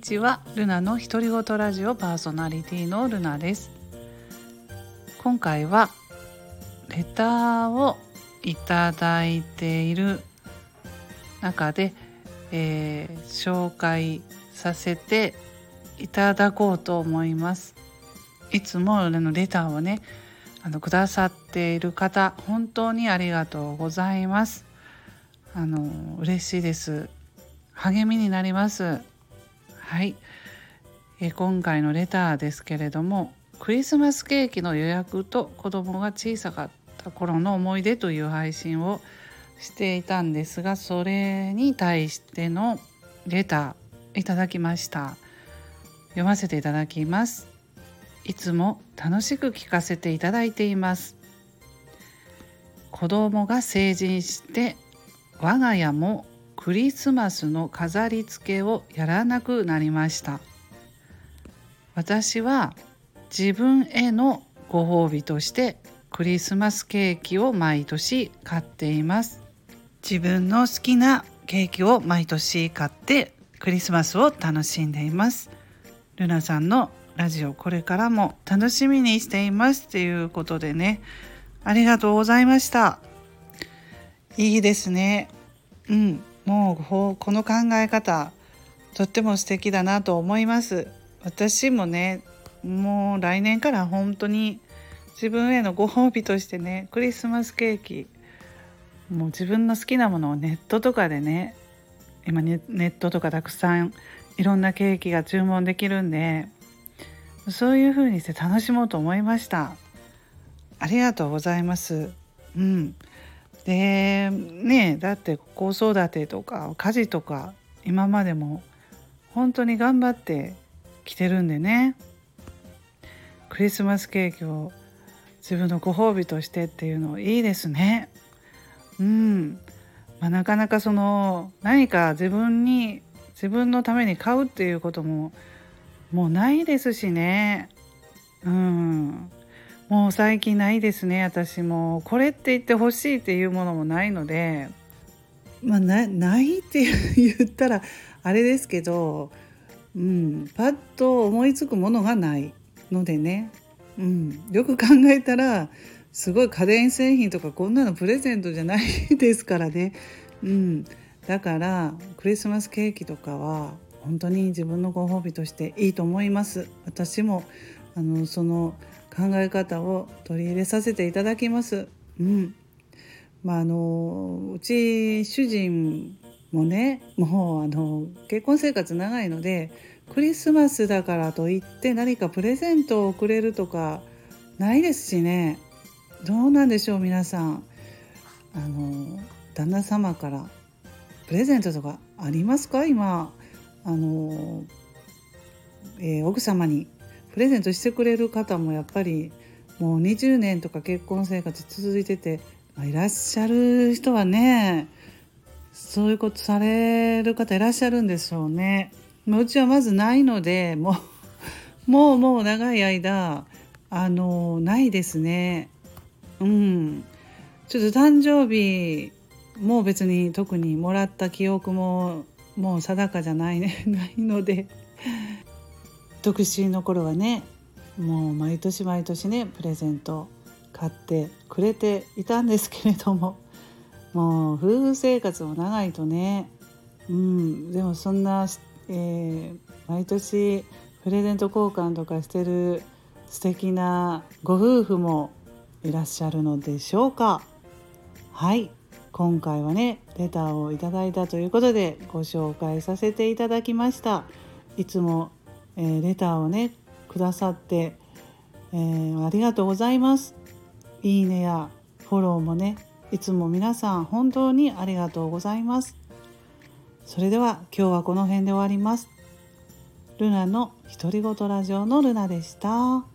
ちは。ルナの独り言ラジオパーソナリティのルナです。今回はレターをいただいている中で、紹介させていただこうと思います。いつもレターをねくださっている方、本当にありがとうございます。嬉しいです。励みになります。はい、今回のレターですけれども、クリスマスケーキの予約と子供が小さかった頃の思い出という配信をしていたんですが、それに対してのレターいただきました。読ませていただきます。いつも楽しく聞かせていただいています。子供が成人して我が家もクリスマスの飾り付けをやらなくなりました。私は自分へのご褒美としてクリスマスケーキを毎年買っています。自分の好きなケーキを毎年買ってクリスマスを楽しんでいます。ルナさんのラジオこれからも楽しみにしていますということでね、ありがとうございました。いいですね。もうこの考え方とっても素敵だなと思います。私もね、もう来年から本当に自分へのご褒美としてね、クリスマスケーキ、もう自分の好きなものをネットとかでね、今ネットとかたくさんいろんなケーキが注文できるんで、そういう風にして楽しもうと思いました。ありがとうございます。でね、だって子育てとか家事とか今までも本当に頑張ってきてるんでね、クリスマスケーキを自分のご褒美としてっていうのいいですね。なかなか何か自分のために買うっていうことももうないですしね。もう最近ないですね。私もこれって言って欲しいっていうものもないので、ないって言ったらあれですけど、パッと思いつくものがないのでね、よく考えたらすごい家電製品とかこんなのプレゼントじゃないですからね。だからクリスマスケーキとかは本当に自分のご褒美としていいと思います。私もその考え方を取り入れさせていただきます。うち主人もね、もう結婚生活長いので、クリスマスだからといって何かプレゼントをくれるとかないですしね。どうなんでしょう皆さん。旦那様からプレゼントとかありますか？今奥様にプレゼントしてくれる方もやっぱりもう20年とか結婚生活続いてて、いらっしゃる人はね、そういうことされる方いらっしゃるんでしょうね。うちはまずないので、もう長い間ないですね。ちょっと誕生日もう別に特にもらった記憶ももう定かじゃないないので、独身の頃はね、もう毎年毎年ねプレゼント買ってくれていたんですけれども、もう夫婦生活も長いとね、でもそんな、毎年プレゼント交換とかしてる素敵なご夫婦もいらっしゃるのでしょうか。はい、今回はねレターをいただいたということでご紹介させていただきました。いつも、レターをねくださって、ありがとうございます。いいねやフォローもね、いつも皆さん本当にありがとうございます。それでは今日はこの辺で終わります。ルナの独り言ラジオのルナでした。